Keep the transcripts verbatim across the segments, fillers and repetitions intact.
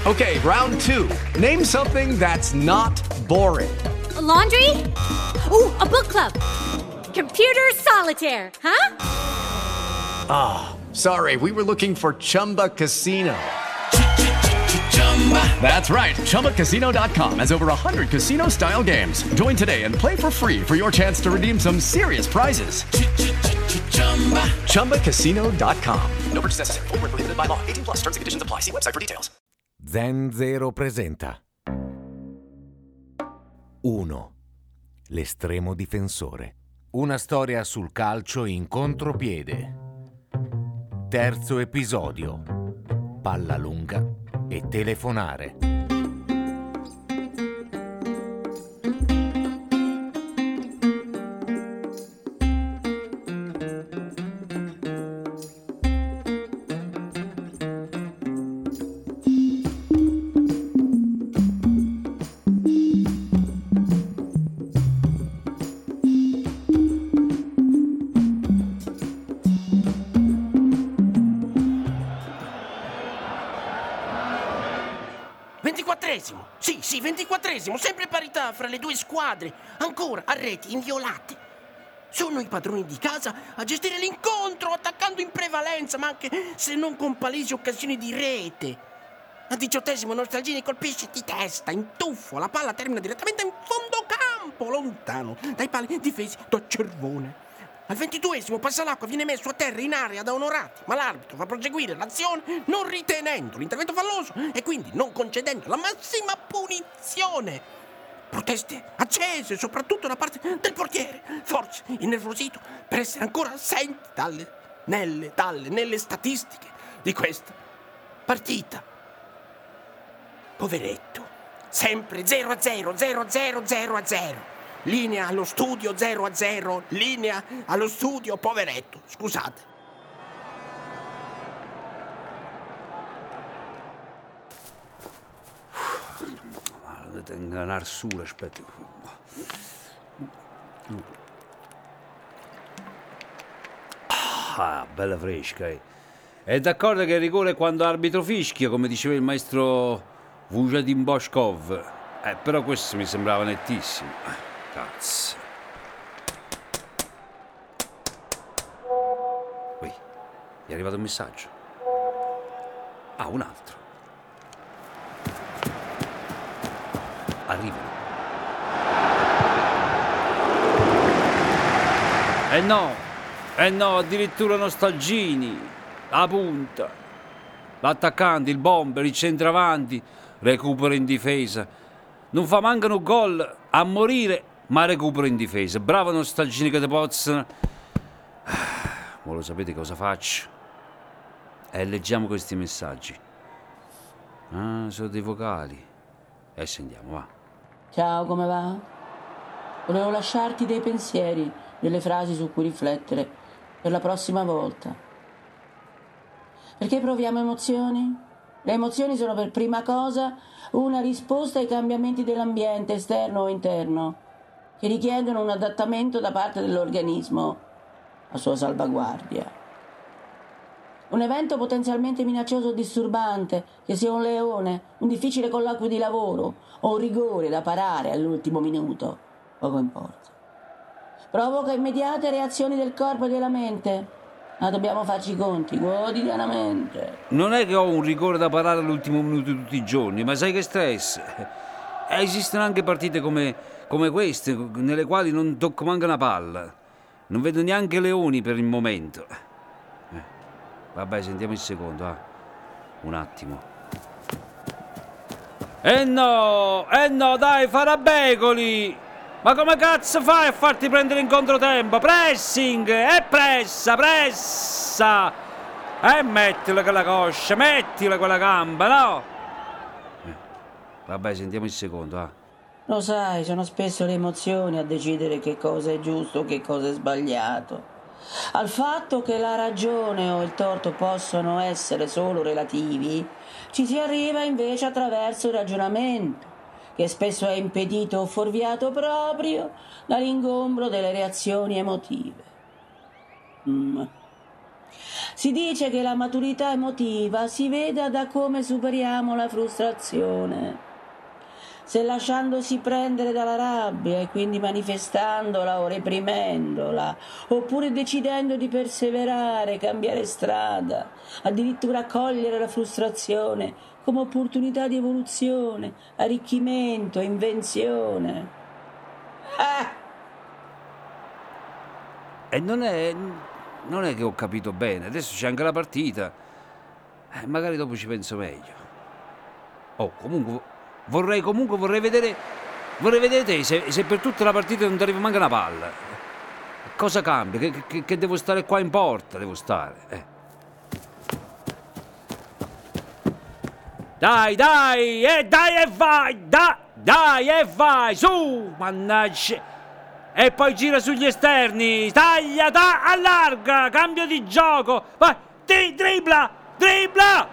Okay, round two. Name something that's not boring. A laundry? Ooh, a book club. Computer solitaire, huh? Ah, oh, sorry, we were looking for Chumba Casino. That's right, Chumba Casino dot com has over one hundred casino-style games. Join today and play for free for your chance to redeem some serious prizes. Chumba Casino dot com. No purchase necessary. Void where prohibited by law. eighteen plus terms and conditions apply. See website for details. Zen Zero presenta uno. L'estremo difensore. Una storia sul calcio in contropiede. Terzo episodio. Palla lunga e telefonare. ventiquattresimo, sì, sì, ventiquattresimo, sempre parità fra le due squadre, ancora a reti inviolate. Sono i padroni di casa a gestire l'incontro, attaccando in prevalenza, ma anche se non con palesi occasioni di rete. Al diciottesimo Nostalgini colpisce di testa, in tuffo, la palla termina direttamente in fondo campo, lontano dai pali difesi da Cervone. Al ventiduesimo Passalacqua viene messo a terra in area da Onorati, ma l'arbitro fa proseguire l'azione non ritenendo l'intervento falloso e quindi non concedendo la massima punizione. Proteste accese soprattutto da parte del portiere, forse innervosito per essere ancora assente dalle, nelle, dalle, nelle statistiche di questa partita. Poveretto, sempre zero a zero, zero a zero, zero a zero. Linea allo studio zero a zero, linea allo studio, poveretto, scusate. Dovete ingranar su, aspetti. Ah, bella fresca, eh. È d'accordo che il rigore è quando arbitro fischia, come diceva il maestro Vujadin Boshkov. Eh, però questo mi sembrava nettissimo. Cazzo. Ui, gli è arrivato un messaggio. Ah, un altro. Arrivano. Eh no, eh no, addirittura Nostalgini. La punta. L'attaccante, il bomber, il centravanti. Recupero in difesa. Non fa mancano gol a morire, ma recupero in difesa. Bravo Nostalgini che te pozzano. Ma lo sapete cosa faccio? E leggiamo questi messaggi. Ah, sono dei vocali. E sentiamo, va. Ciao, come va? Volevo lasciarti dei pensieri, delle frasi su cui riflettere per la prossima volta. Perché proviamo emozioni? Le emozioni sono per prima cosa una risposta ai cambiamenti dell'ambiente esterno o interno, che richiedono un adattamento da parte dell'organismo a sua salvaguardia. Un evento potenzialmente minaccioso o disturbante, che sia un leone, un difficile colloquio di lavoro o un rigore da parare all'ultimo minuto, poco importa. Provoca immediate reazioni del corpo e della mente, ma dobbiamo farci i conti quotidianamente. Non è che ho un rigore da parare all'ultimo minuto tutti i giorni, ma sai che stress? Eh, esistono anche partite come, come queste, nelle quali non tocco manca una palla. Non vedo neanche leoni per il momento. Eh, vabbè, sentiamo il secondo, ah. Un attimo. Eh no, eh no, dai, farabecoli! Ma come cazzo fai a farti prendere in controtempo? Pressing! E pressa, pressa! E mettila quella coscia, mettila quella gamba, no? Eh, vabbè, sentiamo il secondo, ah. Lo sai, sono spesso le emozioni a decidere che cosa è giusto o che cosa è sbagliato. Al fatto che la ragione o il torto possono essere solo relativi, ci si arriva invece attraverso il ragionamento, che spesso è impedito o fuorviato proprio dall'ingombro delle reazioni emotive. Mm. Si dice che la maturità emotiva si veda da come superiamo la frustrazione. Se lasciandosi prendere dalla rabbia e quindi manifestandola o reprimendola, oppure decidendo di perseverare, cambiare strada, addirittura cogliere la frustrazione come opportunità di evoluzione, arricchimento, invenzione. Ah! E non è, non è che ho capito bene, adesso c'è anche la partita, eh, magari dopo ci penso meglio. Oh, comunque... Vorrei comunque, vorrei vedere, vorrei vedere te se, se per tutta la partita non ti arriva manca una palla. Cosa cambia? Che, che, che devo stare qua in porta, devo stare. Eh. Dai, dai, e eh, dai e vai, da, dai e vai, su, mannaggia. E poi gira sugli esterni, taglia, da, allarga, cambio di gioco, vai, ti, dribbla, dribbla.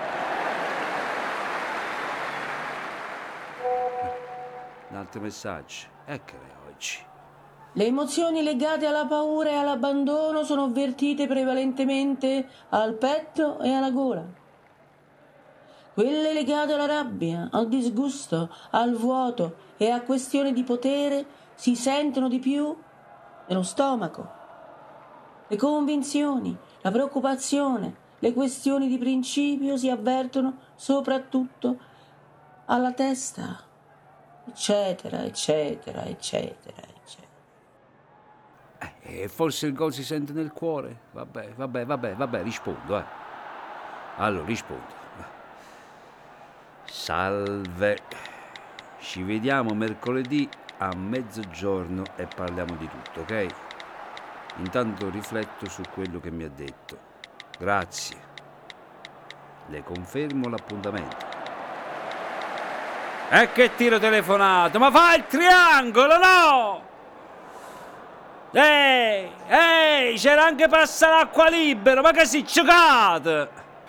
Un altro messaggio. Eccole oggi. Le emozioni legate alla paura e all'abbandono sono avvertite prevalentemente al petto e alla gola. Quelle legate alla rabbia, al disgusto, al vuoto e a questioni di potere si sentono di più nello stomaco. Le convinzioni, la preoccupazione, le questioni di principio si avvertono soprattutto alla testa. Eccetera, eccetera, eccetera, eccetera. Eh, e forse il gol si sente nel cuore. Vabbè, vabbè, vabbè, vabbè, rispondo, eh. Allora, rispondo. Salve. Ci vediamo mercoledì a mezzogiorno e parliamo di tutto, ok? Intanto rifletto su quello che mi ha detto. Grazie. Le confermo l'appuntamento. E che tiro telefonato, ma fa il triangolo, no? Ehi, ehi, c'era anche passa l'acqua libero, ma che si giocate?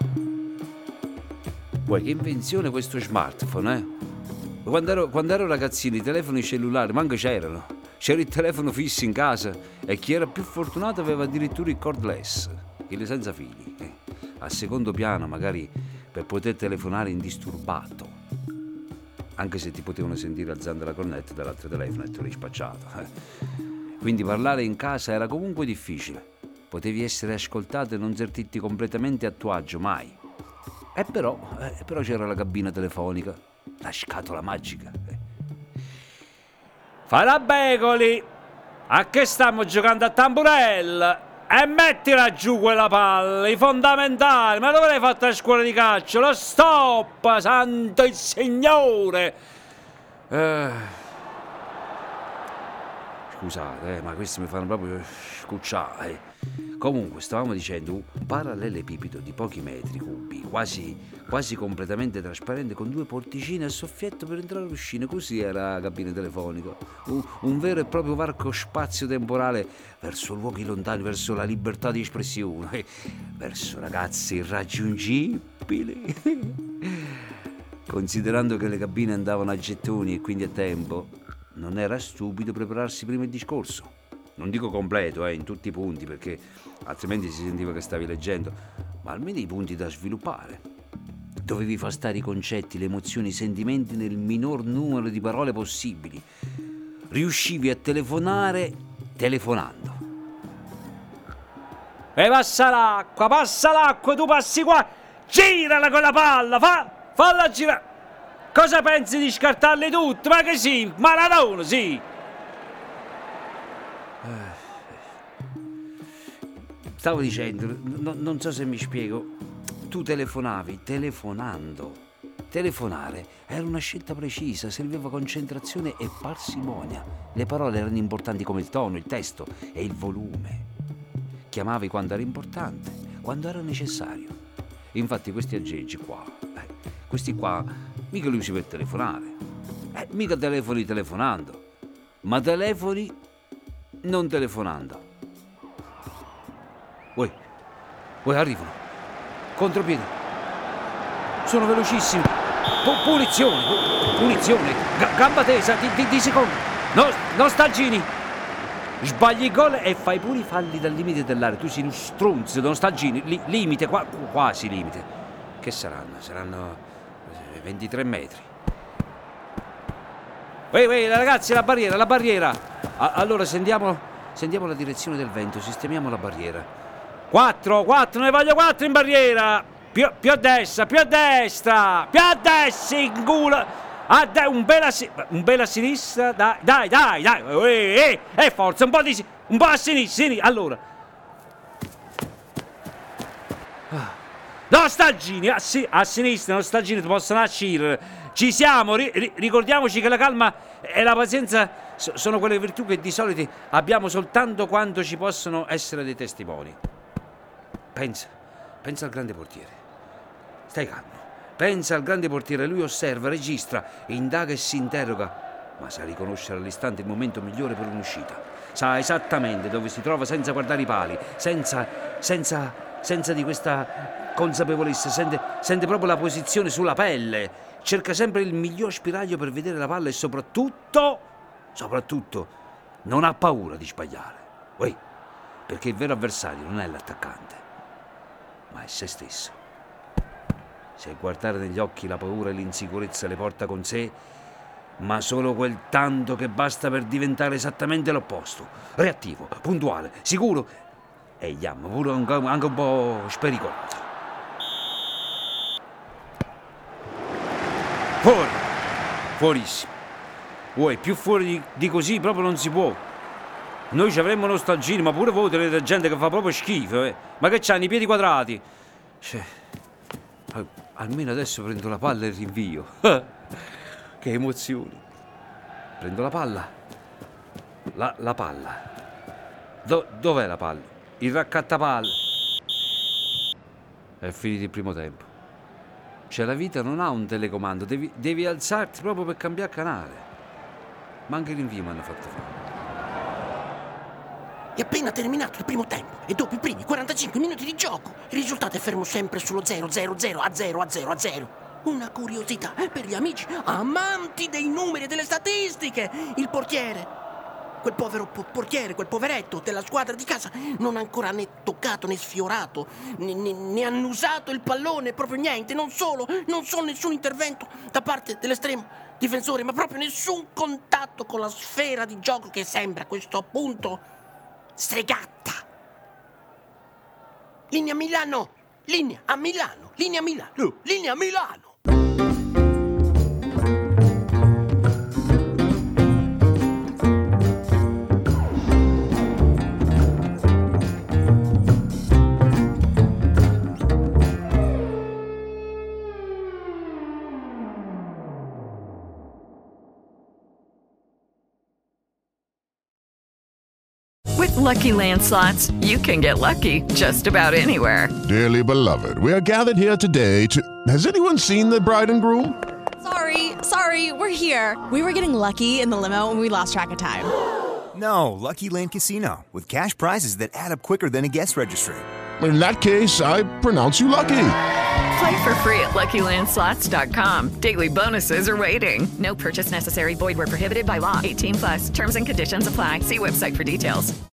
Poi che invenzione questo smartphone, eh? Quando ero, quando ero ragazzino i telefoni cellulari manco c'erano. C'era il telefono fisso in casa e chi era più fortunato aveva addirittura il cordless, quelli senza fili, eh. A secondo piano magari per poter telefonare indisturbato. Anche se ti potevano sentire alzando la cornetta dall'altro telefono e te l'hai spacciato. Eh. Quindi parlare in casa era comunque difficile. Potevi essere ascoltato e non sentirti completamente a tuo agio, mai. E però, eh, però c'era la cabina telefonica, la scatola magica. Eh. Fai la begoli! A che stiamo giocando a tamburella? E mettila giù quella palla, i fondamentali, ma dove l'hai fatta la scuola di calcio? Lo stop, santo il Signore! Eh. Scusate, eh, ma questi mi fanno proprio scucciare. Comunque, stavamo dicendo un parallelepipedo di pochi metri cubi, quasi, quasi completamente trasparente, con due porticine a soffietto per entrare e uscire. Così era la cabina telefonica. Un, un vero e proprio varco spazio-temporale verso luoghi lontani, verso la libertà di espressione, verso ragazzi irraggiungibili. Considerando che le cabine andavano a gettoni e quindi a tempo, non era stupido prepararsi prima il discorso. Non dico completo, eh, in tutti i punti, perché altrimenti si sentiva che stavi leggendo, ma almeno i punti da sviluppare. Dovevi far stare i concetti, le emozioni, i sentimenti nel minor numero di parole possibili. Riuscivi a telefonare telefonando. E passa l'acqua, passa l'acqua, tu passi qua, girala con la palla, fa, falla girare. Cosa pensi di scartarli tutti? Ma che sì, Maradona, sì. Stavo dicendo, no, non so se mi spiego, tu telefonavi telefonando. Telefonare era una scelta precisa, serviva concentrazione e parsimonia. Le parole erano importanti come il tono, il testo e il volume. Chiamavi quando era importante, quando era necessario. Infatti questi aggeggi qua, eh, questi qua, mica li usi per telefonare. Eh, mica telefoni telefonando, ma telefoni non telefonando. Uè, uè, arrivano. Contropiede. Sono velocissimi. Pu- punizione, pu- punizione. G- gamba tesa, di, di, di secondi. No, nostalgini. sbagli il gol e fai pure i falli dal limite dell'area. Tu sei uno stronzo, non sta Gini, li, limite, qua, quasi limite. Che saranno? Saranno ventitré metri. Ehi, ehi, ragazzi, la barriera, la barriera. A- allora sentiamo, sentiamo la direzione del vento, sistemiamo la barriera. Quattro, quattro, ne voglio quattro in barriera. Più, più a destra, più a destra, più a destra, in culo. Ah, dai, un bel a, si- un bel a sinistra, dai, dai, dai, dai, eh, eh, eh, forza, un po' di, un po' a sinistra, sinistra. Allora. No, Stagini, a, si- a sinistra, non Stagini, ti possono uscire. Ci siamo, ri- ri- ricordiamoci che la calma e la pazienza so- sono quelle virtù che di solito abbiamo soltanto quando ci possono essere dei testimoni. Pensa, pensa al grande portiere. Stai calmo. Pensa al grande portiere, lui osserva, registra, indaga e si interroga, ma sa riconoscere all'istante il momento migliore per un'uscita. Sa esattamente dove si trova senza guardare i pali, senza, senza, senza di questa consapevolezza, sente, sente proprio la posizione sulla pelle, cerca sempre il miglior spiraglio per vedere la palla e soprattutto, soprattutto, non ha paura di sbagliare. Uè, perché il vero avversario non è l'attaccante, ma è se stesso. Se guardare negli occhi la paura e l'insicurezza le porta con sé, ma solo quel tanto che basta per diventare esattamente l'opposto. Reattivo, puntuale, sicuro e yam, pure anche un po' spericolato. Fuori, fuorissimo. Uè, più fuori di, di così proprio non si può. Noi ci avremmo nostalgia, ma pure voi tenete gente che fa proprio schifo, eh. Ma che c'hanno i piedi quadrati? Cioè, almeno adesso prendo la palla e rinvio. Che emozioni. Prendo la palla. La, la palla. Do, dov'è la palla? Il raccattapalle. È finito il primo tempo. Cioè la vita non ha un telecomando, devi, devi alzarti proprio per cambiare canale. Ma anche l'invio mi hanno fatto fare. È appena terminato il primo tempo e dopo i primi quarantacinque minuti di gioco il risultato è fermo sempre sullo zero zero zero a zero a zero a zero. Una curiosità per gli amici amanti dei numeri e delle statistiche. Il portiere, quel povero po- portiere, quel poveretto della squadra di casa non ha ancora né toccato né sfiorato né, né, né annusato il pallone, proprio niente. Non solo, non solo nessun intervento da parte dell'estremo difensore, ma proprio nessun contatto con la sfera di gioco che sembra a questo punto stregatta. Linea Milano, linea a Milano, linea a Milano, linea a Milano. With Lucky Land Slots, you can get lucky just about anywhere. Dearly beloved, we are gathered here today to... Has anyone seen the bride and groom? Sorry, sorry, we're here. We were getting lucky in the limo and we lost track of time. No, Lucky Land Casino, with cash prizes that add up quicker than a guest registry. In that case, I pronounce you lucky. Play for free at Lucky Land Slots dot com. Daily bonuses are waiting. No purchase necessary. Void where prohibited by law. eighteen plus. Terms and conditions apply. See website for details.